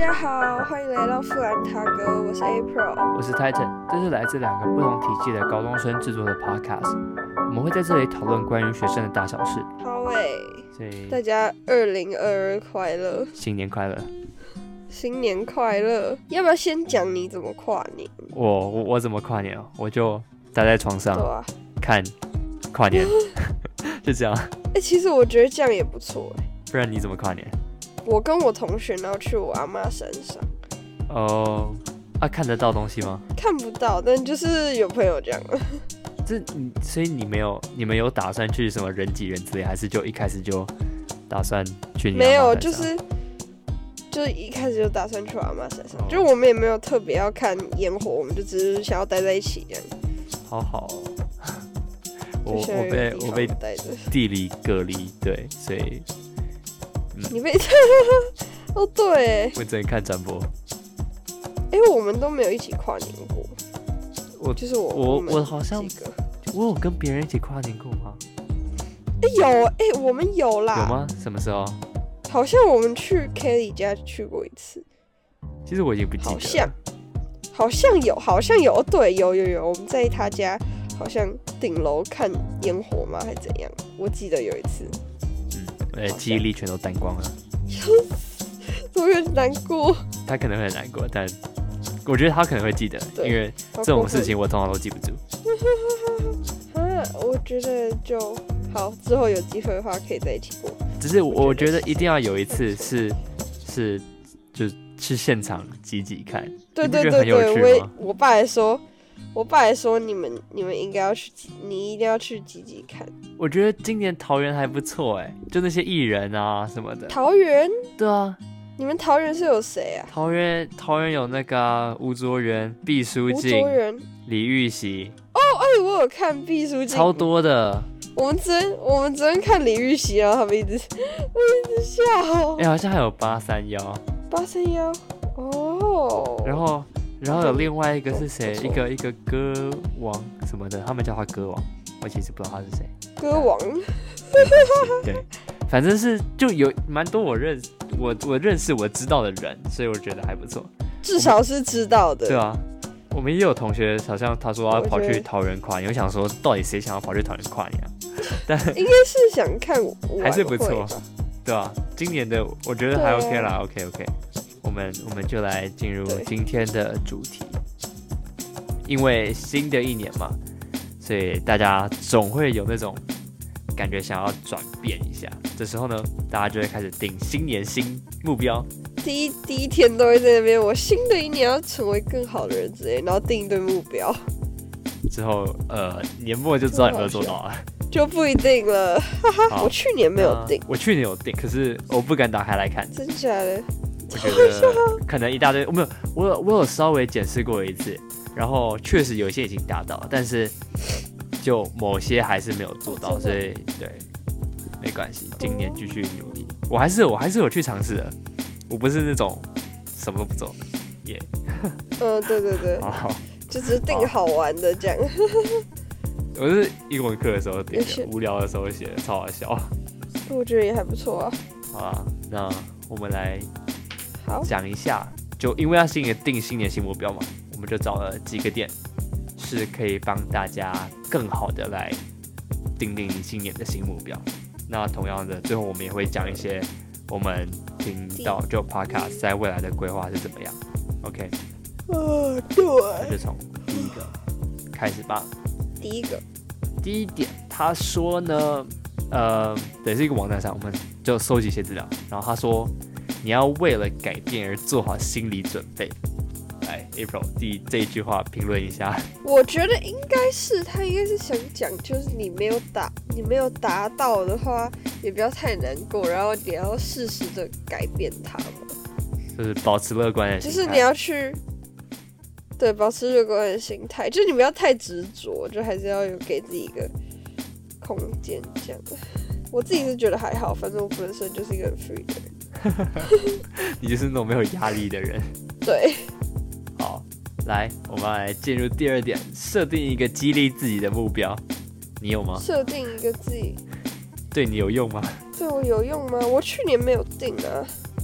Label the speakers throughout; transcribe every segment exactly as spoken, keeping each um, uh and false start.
Speaker 1: 家好，欢迎来到富兰塔格，我是 April，
Speaker 2: 我是 Titan， 这是来自两个不同体系的高中生制作的 Podcast， 我们会在这里讨论关于学生的大小事。
Speaker 1: 好诶，
Speaker 2: 所以
Speaker 1: 大家二零二二快乐，
Speaker 2: 新年快乐，
Speaker 1: 新年快乐！要不要先讲你怎么跨年？
Speaker 2: 我我我怎么跨年哦？我就待在床上、
Speaker 1: 啊、
Speaker 2: 看跨年，就这样。
Speaker 1: 哎、欸，其实我觉得这样也不错哎。
Speaker 2: 不然你怎么跨年？
Speaker 1: 我跟我同学然后去我阿嬷山上。
Speaker 2: 哦，啊，看得到东西吗？
Speaker 1: 看不到，但就是有朋友这样。
Speaker 2: 这所以你没有，你们有打算去什么人挤人之类，还是就一开始就打算去你阿嬷山上？
Speaker 1: 没有，就是就是一开始就打算去我阿嬷山上，哦、就我们也没有特别要看烟火，我们就只是想要待在一起这样。
Speaker 2: 好好、哦，我我被我被地理隔离，对，所以。
Speaker 1: 嗯、你被哦对，
Speaker 2: 我只能看转播。
Speaker 1: 哎、欸，我们都没有一起跨年过。
Speaker 2: 我
Speaker 1: 就是我
Speaker 2: 我我好像我有跟别人一起跨年过吗？
Speaker 1: 哎、欸、有哎、欸，我们有啦。
Speaker 2: 有吗？什么时候？
Speaker 1: 好像我们去 Kelly 家去过一次。
Speaker 2: 其实我已经不记得了。
Speaker 1: 好像好像有，好像有，对，有有有，我们在他家好像顶楼看烟火吗？还是怎样？我记得有一次。
Speaker 2: 呃，记忆力全都淡光了，
Speaker 1: 怎么会难过？
Speaker 2: 他可能会很难过，但我觉得他可能会记得，因为这种事情我通常都记不住。
Speaker 1: 啊，我觉得就好，之后有机会的话可以在一起过。
Speaker 2: 只是我觉得一定要有一次是是就去现场挤挤看，
Speaker 1: 对对对对，我我爸还说。我爸还说你们你们应该要去，你一定要去挤挤看。
Speaker 2: 我觉得今年桃园还不错哎，就那些艺人啊什么的。
Speaker 1: 桃园？
Speaker 2: 对啊。
Speaker 1: 你们桃园是有谁啊？
Speaker 2: 桃园桃园有那个、啊、吴卓源、毕书尽、李玉玺。
Speaker 1: 哦，哎，我有看毕书尽，
Speaker 2: 超多的。
Speaker 1: 我们昨天我们昨天看李玉玺，然后他们一直他们一直笑。
Speaker 2: 哎、欸，好像还有八三幺。
Speaker 1: 八三幺。哦。
Speaker 2: 然后。然后有另外一个是谁？一个一个歌王什么的，他们叫他歌王，我其实不知道他是谁。
Speaker 1: 歌王，
Speaker 2: 对，反正是就有蛮多我认我我认识我知道的人，所以我觉得还不错。
Speaker 1: 至少是知道的。
Speaker 2: 对啊，我们也有同学好像他说要跑去桃园跨年，我想说到底谁想要跑去桃园跨年啊？但
Speaker 1: 应该是想看晚会吧，
Speaker 2: 还是不错，对啊，今年的我觉得还 OK 啦、啊、，OK OK。我们我们就来进入今天的主题，因为新的一年嘛，所以大家总会有那种感觉想要转变一下。这时候呢，大家就会开始定新年新目标。
Speaker 1: 第一第一天都会在那边，我新的一年要成为更好的人之类，然后定一堆目标。
Speaker 2: 之后呃年末就知道有没有做到了，
Speaker 1: 就不一定了。哈哈，我去年没有定、
Speaker 2: 呃，我去年有定，可是我不敢打开来看。
Speaker 1: 真假的？
Speaker 2: 我觉得可能一大堆，我没有，我有我有稍微检视过一次，然后确实有一些已经达到了，但是就某些还是没有做到，所以对，没关系，今年继续努力。我还是我还是有去尝试的，我不是那种什么都不做，耶、yeah。
Speaker 1: 嗯，对对对，
Speaker 2: 好好，
Speaker 1: 就只是定好玩的这样。
Speaker 2: 我是英文课的时候定的，无聊的时候写的，超好笑。
Speaker 1: 我觉得也还不错啊。
Speaker 2: 好啊，那我们来。讲一下，就因为要新年定新年新目标嘛，我们就找了几个点，是可以帮大家更好的来定定新年的新目标。那同样的，最后我们也会讲一些我们听到就 podcast 在未来的规划是怎么样。OK，
Speaker 1: 呃，对，
Speaker 2: 那就从第一个开始吧。
Speaker 1: 第一个，
Speaker 2: 第一点，他说呢，呃，也是一个网站上，我们就收集一些资料，然后他说。你要为了改变而做好心理准备。来 ，April， 第这一句话评论一下。
Speaker 1: 我觉得应该是他应该是想讲，就是你没有达，你没有达到的话，也不要太难过，然后你要适时的改变它嘛。
Speaker 2: 就是保持乐观的心态。
Speaker 1: 就是你要去，对，保持乐观的心态，就是你不要太执着，就还是要有给自己一个空间这样的。我自己是觉得还好，反正我本身就是一个很 free 的人。
Speaker 2: 你就是那种没有压力的人。
Speaker 1: 对，
Speaker 2: 好，来，我们来进入第二点，设定一个激励自己的目标。你有吗？
Speaker 1: 设定一个自己，
Speaker 2: 对你有用吗？
Speaker 1: 对我有用吗？我去年没有定啊。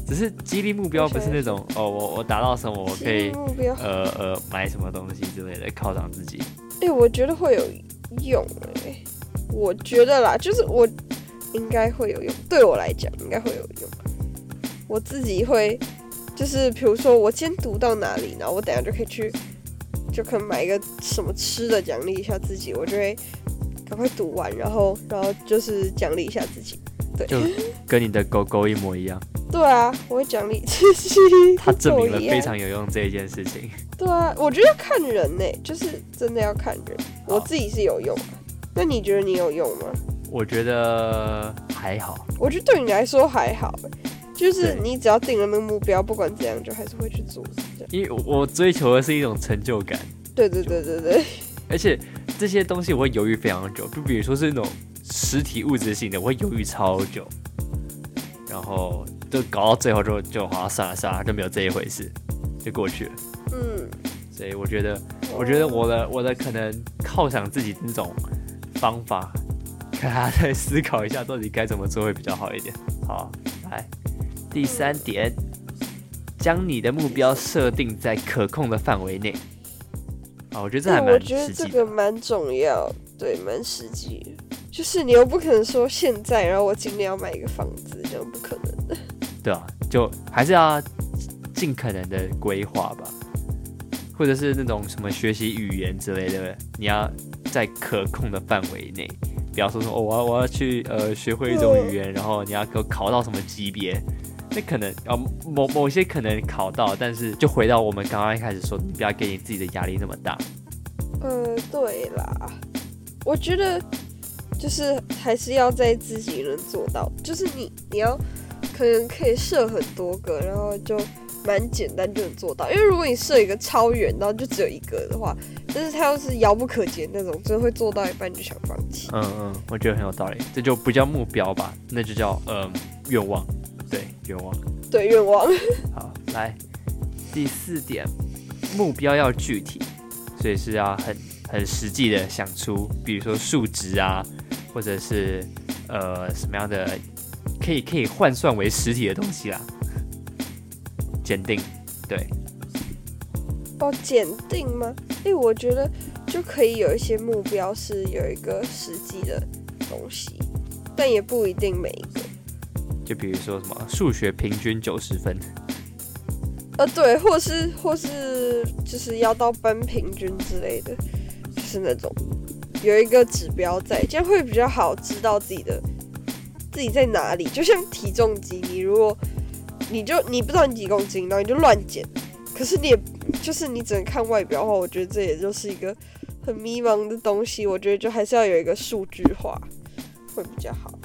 Speaker 2: 只是激励目标不是那种哦，我我达到什么我可以
Speaker 1: 目标
Speaker 2: 呃呃买什么东西之类的犒赏自己。
Speaker 1: 哎、欸，我觉得会有用哎、欸，我觉得啦，就是我应该会有用，对我来讲应该会有用。我自己会就是比如说我今天读到哪里，然后我等一下就可以去，就可能买一个什么吃的奖励一下自己，我就会赶快读完，然后然后就是奖励一下自己。对，
Speaker 2: 就跟你的狗狗一模一样。
Speaker 1: 对啊，我会奖励自己。
Speaker 2: 他证明了非常有用这一件事情。
Speaker 1: 对啊，我觉得要看人呢、欸，就是真的要看人。我自己是有用的，那你觉得你有用吗？
Speaker 2: 我觉得还好。
Speaker 1: 我觉得对你来说还好、欸，就是你只要定了那个目标，不管怎样就还是会去做。
Speaker 2: 因为我追求的是一种成就感。
Speaker 1: 对对对对对。
Speaker 2: 而且这些东西我会犹豫非常久，就比如说是那种实体物质性的，我会犹豫超久，然后就搞到最后就就好像算了算了，就没有这一回事，就过去了。
Speaker 1: 嗯，
Speaker 2: 所以我觉得，我觉得我的我的可能犒赏自己的那种方法，看他再思考一下，到底该怎么做会比较好一点。好，来第三点，将你的目标设定在可控的范围内。啊，我觉得这还蛮实际的。
Speaker 1: 我觉得这个蛮重要，对，蛮实际的。就是你又不可能说现在，然后我今年要买一个房子，这样不可能的。
Speaker 2: 对啊，就还是要尽可能的规划吧，或者是那种什么学习语言之类的，你要在可控的范围内，不要说说哦，我要我要去呃学会一种语言，然后你要给我考到什么级别。那可能啊，某某些可能考到，但是就回到我们刚刚一开始说，你不要给你自己的压力那么大。
Speaker 1: 呃，对啦，我觉得就是还是要在自己能做到，就是你你要可能可以设很多个，然后就蛮简单就能做到。因为如果你设一个超远，然后就只有一个的话，但是它又是遥不可及那种，真的会做到一半就想放弃。
Speaker 2: 嗯嗯，我觉得很有道理，这就不叫目标吧，那就叫呃愿望。对，愿望。
Speaker 1: 对，愿望。
Speaker 2: 好，来第四点，目标要具体，所以是要很很实际的想出，比如说数值啊，或者是呃什么样的可以可以换算为实体的东西啦。检定，对。
Speaker 1: 哦，检定吗？哎，我觉得就可以有一些目标是有一个实际的东西，但也不一定每一个。
Speaker 2: 就比如说什么数学平均九十分，
Speaker 1: 呃，对，或是或是就是要到班平均之类的，就是那种有一个指标在，这样会比较好知道自己的自己在哪里。就像体重机，你如果你就你不知道你几公斤，然后你就乱减，可是你也就是你只能看外表的话，我觉得这也就是一个很迷茫的东西。我觉得就还是要有一个数据化，会比较好。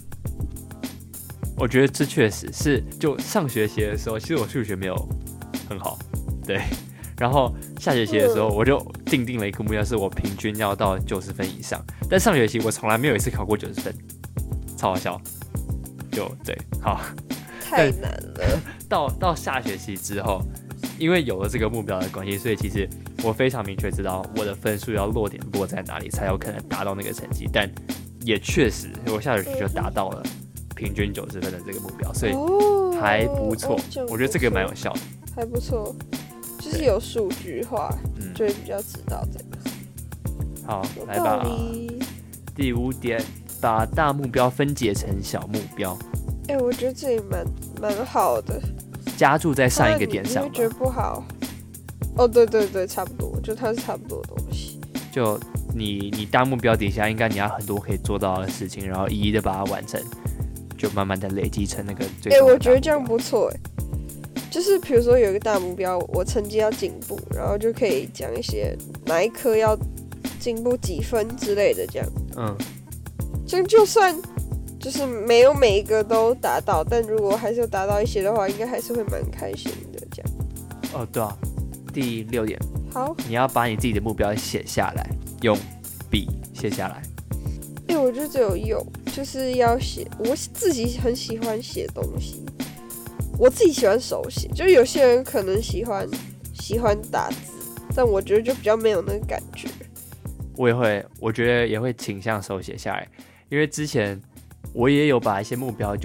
Speaker 2: 我觉得这确实是，就上学期的时候，其实我数学没有很好，对。然后下学期的时候，我就定定了一个目标，是我平均要到九十分以上。但上学期我从来没有一次考过九十分，超好笑。就对，好，
Speaker 1: 太难了。
Speaker 2: 到到下学期之后，因为有了这个目标的关系，所以其实我非常明确知道我的分数要落点落在哪里，才有可能达到那个成绩。但也确实，我下学期就达到了平均九十分的这个目标，所以还不错。哦、我觉得这个蛮有效的，
Speaker 1: 还不错，就是有数据化，嗯、就会比较知道这个。
Speaker 2: 好，来吧。第五点，把大目标分解成小目标。
Speaker 1: 哎、欸，我觉得这也蛮蛮好的。
Speaker 2: 加注在上一个点上。
Speaker 1: 你会觉得不好？哦，对对对，差不多，我觉得它是差不多的东西。
Speaker 2: 就你你大目标底下，应该你要很多可以做到的事情，然后一一的把它完成。就慢慢的累积成那个最终的大目标。哎、
Speaker 1: 欸，我觉得这样不错哎。就是比如说有一个大目标，我成绩要进步，然后就可以讲一些哪一科要进步几分之类的，这样。嗯。这样就算就是没有每一个都达到，但如果还是有达到一些的话，应该还是会蛮开心的这样。
Speaker 2: 哦，对啊。第六点。
Speaker 1: 好。
Speaker 2: 你要把你自己的目标写下来，用笔写下来。
Speaker 1: 哎、欸，我觉得这有用。就是要写，我自己很喜欢写东西，我自己喜欢手写，就是有些人可能喜欢喜欢打字，但我觉得就比较没有那个感觉。
Speaker 2: 我也会，我觉得也会倾向手写下来，因为之前我也有把一些目标就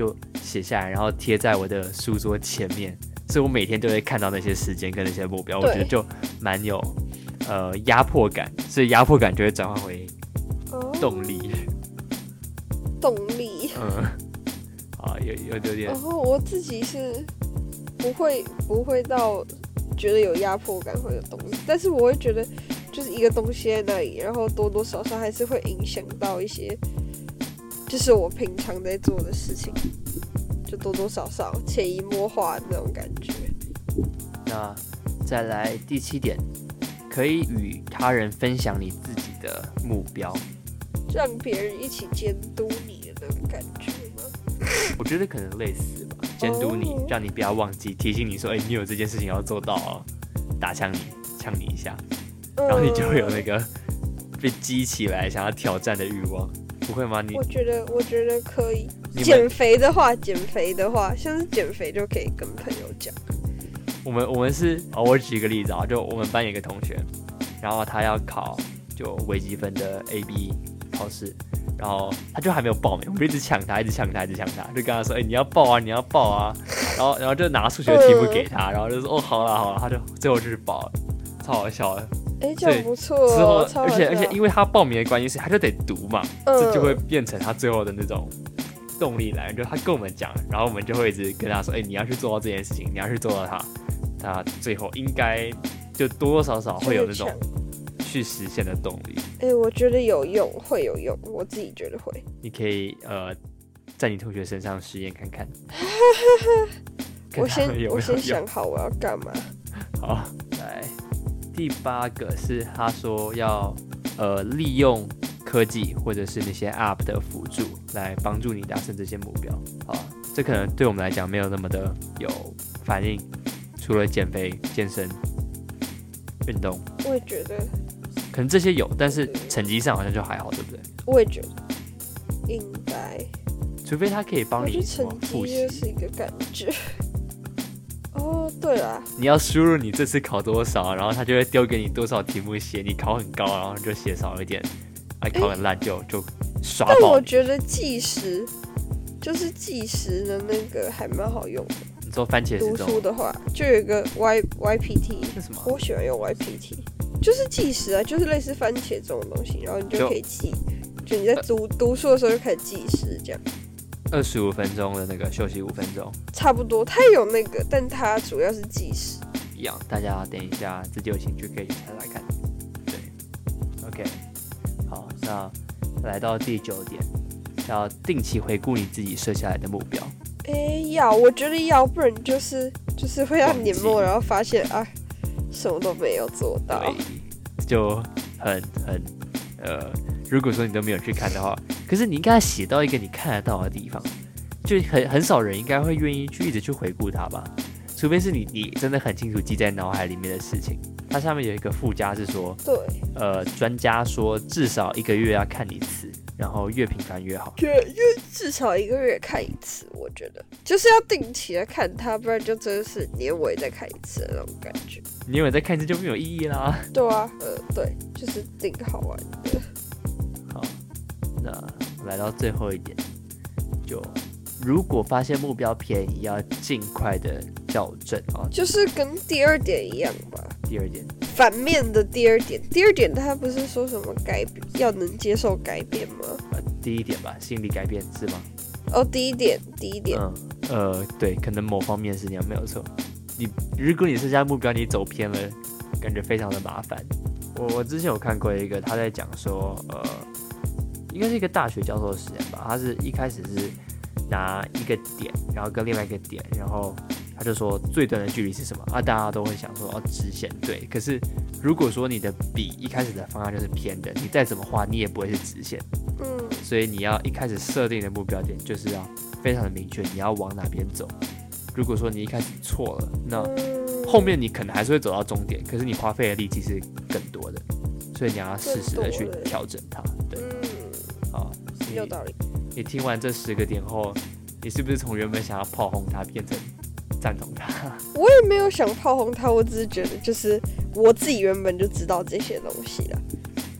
Speaker 2: 写下来，然后贴在我的书桌前面，所以我每天都会看到那些时间跟那些目标，我觉得就蛮有呃压迫感，所以压迫感就会转化为动力。
Speaker 1: 哦、动力。
Speaker 2: 嗯。啊，有有有点。
Speaker 1: 然后我自己是不会不会到觉得有压迫感会有动力，但是我会觉得就是一个东西在那里，然后多多少少还是会影响到一些。就是我平常在做的事情，就多多少少潜移默化的那种感觉。
Speaker 2: 那再来第七点，可以与他人分享你自己的目标，
Speaker 1: 让别人一起监督你的那种感觉吗？
Speaker 2: 我觉得可能类似吧，监督你， oh. 让你不要忘记，提醒你说，哎、欸，你有这件事情要做到哦，打枪你，呛你一下，然后你就会有那个被激起来想要挑战的欲望。不会吗？你
Speaker 1: 我觉得，我觉得可以。减肥的话，减肥的话，像是减肥就可以跟朋友讲。
Speaker 2: 我们我们是，哦，我举一个例子啊，就我们班有一个同学，然后他要考就微积分的 A B 考试，然后他就还没有报名，我们就一直抢他，一直抢他，一直抢他，就跟他说，哎、欸，你要报啊，你要报啊，然后然后就拿数学题目给他，然后就说，哦，好了好了，他就最后就去报了，超好笑的。
Speaker 1: 哎、欸，这样不错哦。之后，
Speaker 2: 而且而且，因为他报名的关系，所以他就得读嘛，嗯、这就会变成他最后的那种动力来源。就他跟我们讲，然后我们就会一直跟他说：“哎、欸，你要去做到这件事情，你要去做到它，他最后应该就多多少少会有那种去实现的动力。”
Speaker 1: 哎、欸，我觉得有用，会有用，我自己觉得会。
Speaker 2: 你可以呃，在你同学身上实验看看。
Speaker 1: 我先有有我先想好我要干嘛。
Speaker 2: 好，来。第八个是他说要呃利用科技或者是那些 App 的辅助来帮助你达成这些目标啊，这可能对我们来讲没有那么的有反应，除了减肥、健身、运动，
Speaker 1: 我也觉得
Speaker 2: 可能这些有，但是成绩上好像就还好，对不对？
Speaker 1: 我也觉得应该，
Speaker 2: 除非他可以帮你什么复习，
Speaker 1: 是一个感觉。哦，对了，
Speaker 2: 你要输入你这次考多少，然后他就会丢给你多少题目写，你考很高，然后就写少一点，啊，考很烂就、欸、就刷爆。
Speaker 1: 但我觉得计时就是计时的那个还蛮好用的。
Speaker 2: 你说番茄时钟？
Speaker 1: 读书的话，就有一个 Y Y P T，
Speaker 2: 是什么？
Speaker 1: 我喜欢用 Y P T， 就是计时啊，就是类似番茄这种东西，然后你就可以记，就, 就你在读、呃、读书的时候就开始计时这样。
Speaker 2: 二十五分钟的那个休息五分钟，
Speaker 1: 差不多。它有那个，但它主要是计时。
Speaker 2: 一样，大家等一下自己有兴趣可以查来看。对 ，OK， 好，那来到第九点，要定期回顾你自己设下来的目标。
Speaker 1: 哎、欸，要，我觉得要，不然就是就是会让年末，然后发现啊，什么都没有做到，
Speaker 2: 对，就很很呃。如果说你都没有去看的话，可是你应该写到一个你看得到的地方，就很很少人应该会愿意去一直去回顾它吧，除非是你你真的很清楚记在脑海里面的事情。它上面有一个附加是说，
Speaker 1: 对，
Speaker 2: 呃，专家说至少一个月要看一次，然后越频繁越好。
Speaker 1: 对，因为至少一个月看一次，我觉得就是要定期的看它，不然就真的是年尾再看一次的那种感觉。
Speaker 2: 年尾再看一次就没有意义啦。
Speaker 1: 对啊，呃，对，就是定好玩的。
Speaker 2: 好，那来到最后一点，就如果发现目标偏移，要尽快的校正啊，
Speaker 1: 就是跟第二点一样吧。
Speaker 2: 第二点，
Speaker 1: 反面的第二点，第二点他不是说什么改变要能接受改变吗？
Speaker 2: 呃，第一点吧，心理改变是吗？
Speaker 1: 哦，第一点，第一点，
Speaker 2: 嗯，呃，对，可能某方面是这样，没有错。你如果你设下目标，你走偏了，感觉非常的麻烦。我我之前有看过一个，他在讲说，呃。应该是一个大学教授的实验吧，他是一开始是拿一个点，然后跟另外一个点，然后他就说最短的距离是什么啊？大家都会想说哦，直线对。可是如果说你的笔一开始的方向就是偏的，你再怎么画你也不会是直线。
Speaker 1: 嗯，
Speaker 2: 所以你要一开始设定的目标点就是要非常的明确，你要往哪边走。如果说你一开始错了，那后面你可能还是会走到终点，可是你花费的力气是更多的，所以你要适时的去调整它。对。好，
Speaker 1: 有道理。
Speaker 2: 你听完这十个点后，你是不是从原本想要炮轰他变成赞同他？
Speaker 1: 我也没有想炮轰他，我只是觉得就是我自己原本就知道这些东西了，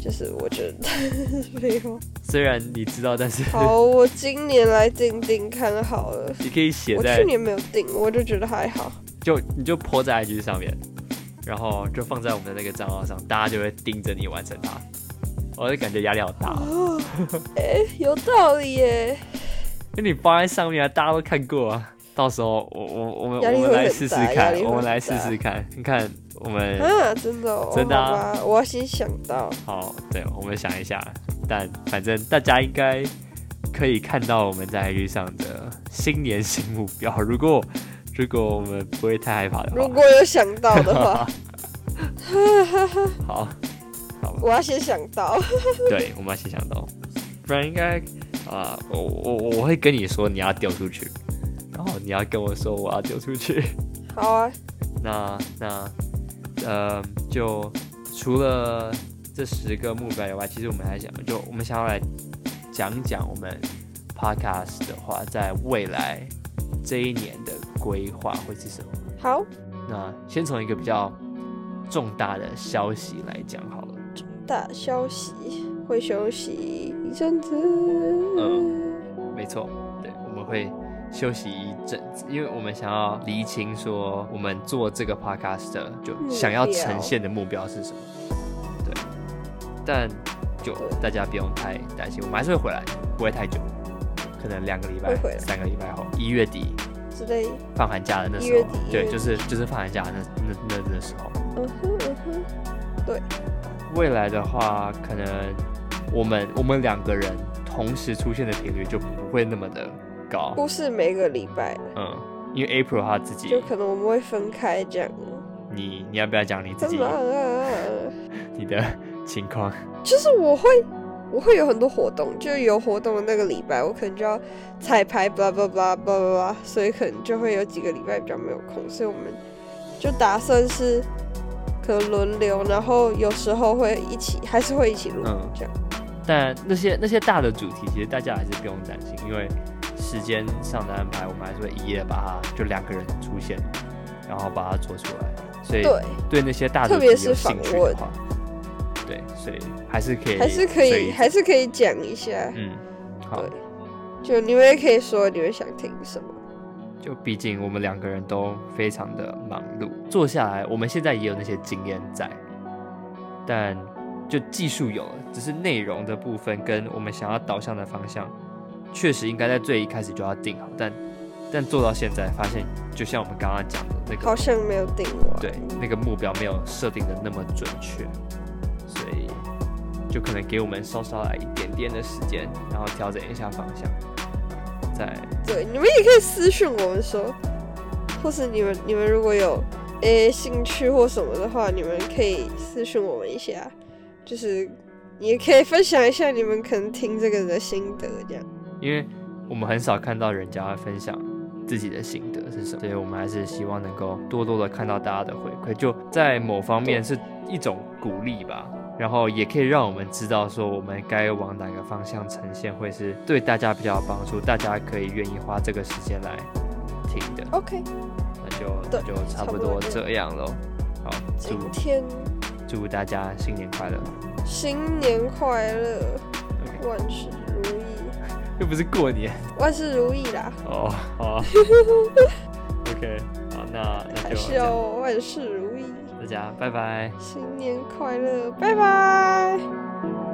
Speaker 1: 就是我觉得没有。
Speaker 2: 虽然你知道，但是
Speaker 1: 好，我今年来订订看好了。
Speaker 2: 你可以写在。
Speaker 1: 我去年没有订，我就觉得还好。
Speaker 2: 就你就 po 在 I G 上面，然后就放在我们的那个账号上，大家就会盯着你完成它。我就感觉压力好大。哦，
Speaker 1: 哎、欸，有道理耶。
Speaker 2: 因为你放在上面啊，大家都看过啊。到时候我我我们我们来试试看，我们来试试看，你看我们
Speaker 1: 啊，真的、哦、
Speaker 2: 真的
Speaker 1: 啊，我要先想到。
Speaker 2: 好，对，我们想一下，但反正大家应该可以看到我们在 I G 上的新年新目标。如果如果我们不会太害怕的话，
Speaker 1: 如果有想到的话，
Speaker 2: 好，好，
Speaker 1: 我要先想到。
Speaker 2: 对，我们要先想到，不然应该啊、呃，我我我会跟你说你要丢出去。然后你要跟我说我要丢出去。
Speaker 1: 好啊。
Speaker 2: 那那呃，就除了这十个目标以外，其实我们还想，就我们想要来讲讲我们 podcast 的话，在未来这一年的规划会是什么？
Speaker 1: 好。
Speaker 2: 那先从一个比较重大的消息来讲好了。
Speaker 1: 重大消息，会休息一阵子。
Speaker 2: 嗯，没错，对，我们会休息一阵子，因为我们想要厘清说我们做这个 podcast 的就想要呈现的目标是什么。对，但就大家不用太担心，我们还是会回来，不会太久，可能两个礼拜、三个礼拜后，一月底
Speaker 1: 之类，
Speaker 2: 放寒假的那时候，对，就是就是放寒假的那那那那时候。
Speaker 1: 嗯哼嗯哼，对。
Speaker 2: 未来的话，可能我们我们两个人同时出现的频率就不会那么的高，
Speaker 1: 不是每个礼拜。
Speaker 2: 嗯，因为 April 他自己
Speaker 1: 就可能我们会分开这样。
Speaker 2: 你你要不要讲你自己你的情况？
Speaker 1: 就是我会我会有很多活动，就有活动的那个礼拜，我可能就要彩排，blah blah blah blah blah，所以可能就会有几个礼拜比较没有空，所以我们就打算是可能轮流，然后有时候会一起，还是会一起录、嗯、这样。
Speaker 2: 但那些那些大的主题，其实大家还是不用担心，因为时间上的安排，我们还是会一一的把它就两个人出现，然后把它做出来。所以对那些大的主题有兴趣的话，对，所以还是可以，
Speaker 1: 还是可以，还是可以讲一下。
Speaker 2: 嗯，好。
Speaker 1: 对，就你们也可以说你们想听什么。
Speaker 2: 就毕竟我们两个人都非常的忙碌，做下来，我们现在也有那些经验在，但就技术有了，只是内容的部分跟我们想要导向的方向，确实应该在最一开始就要定好，但但做到现在发现，就像我们刚刚讲的那个，
Speaker 1: 好像没有定完，
Speaker 2: 对，那个目标没有设定的那么准确，所以就可能给我们稍稍来一点点的时间，然后调整一下方向。在
Speaker 1: 对，你们也可以私讯我们说，或是你们你们如果有诶、欸、兴趣或什么的话，你们可以私讯我们一下，就是也可以分享一下你们可能听这个的心得这样。
Speaker 2: 因为我们很少看到人家分享自己的心得是什么，所以我们还是希望能够多多的看到大家的回馈，就在某方面是一种鼓励吧。然后也可以让我们知道说我们该往哪个方向呈现会是对大家比较有帮助，大家可以愿意花这个时间来听的。
Speaker 1: OK，
Speaker 2: 那就那就差不多这样咯。好，
Speaker 1: 今天
Speaker 2: 祝大家新年快乐，
Speaker 1: 新年快乐、okay. 万事如意，
Speaker 2: 又不是过年，
Speaker 1: 万事如意啦。
Speaker 2: 哦，好啊OK， 好，那那就
Speaker 1: 还是要万事如意，
Speaker 2: 大家拜拜，
Speaker 1: 新年快乐，拜拜。